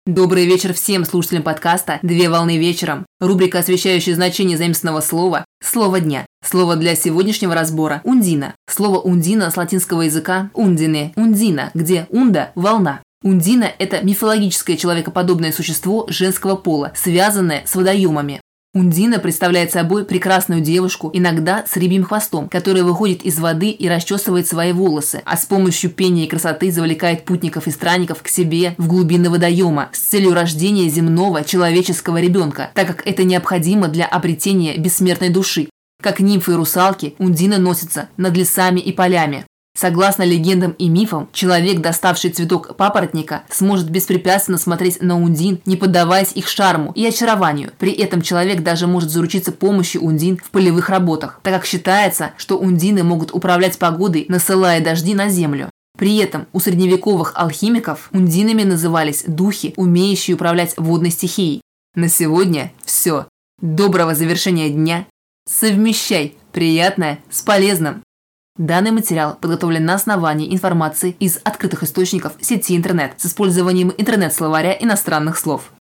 Добрый вечер всем слушателям подкаста «Две волны вечером». Рубрика, освещающая значение заимственного слова «Слово дня». Слово для сегодняшнего разбора – «ундина». Слово «ундина» с латинского языка «ундине», «ундина», где «унда» – «волна». Ундина – это мифологическое человекоподобное существо женского пола, связанное с водоемами. Ундина представляет собой прекрасную девушку, иногда с рыбьим хвостом, которая выходит из воды и расчесывает свои волосы, а с помощью пения и красоты завлекает путников и странников к себе в глубины водоема с целью рождения земного человеческого ребенка, так как это необходимо для обретения бессмертной души. Как нимфы и русалки, ундина носится над лесами и полями. Согласно легендам и мифам, человек, доставший цветок папоротника, сможет беспрепятственно смотреть на ундин, не поддаваясь их шарму и очарованию. При этом человек даже может заручиться помощью ундин в полевых работах, так как считается, что ундины могут управлять погодой, насылая дожди на землю. При этом у средневековых алхимиков ундинами назывались духи, умеющие управлять водной стихией. На сегодня все. Доброго завершения дня. Совмещай приятное с полезным. Данный материал подготовлен на основании информации из открытых источников сети интернет с использованием интернет-словаря иностранных слов.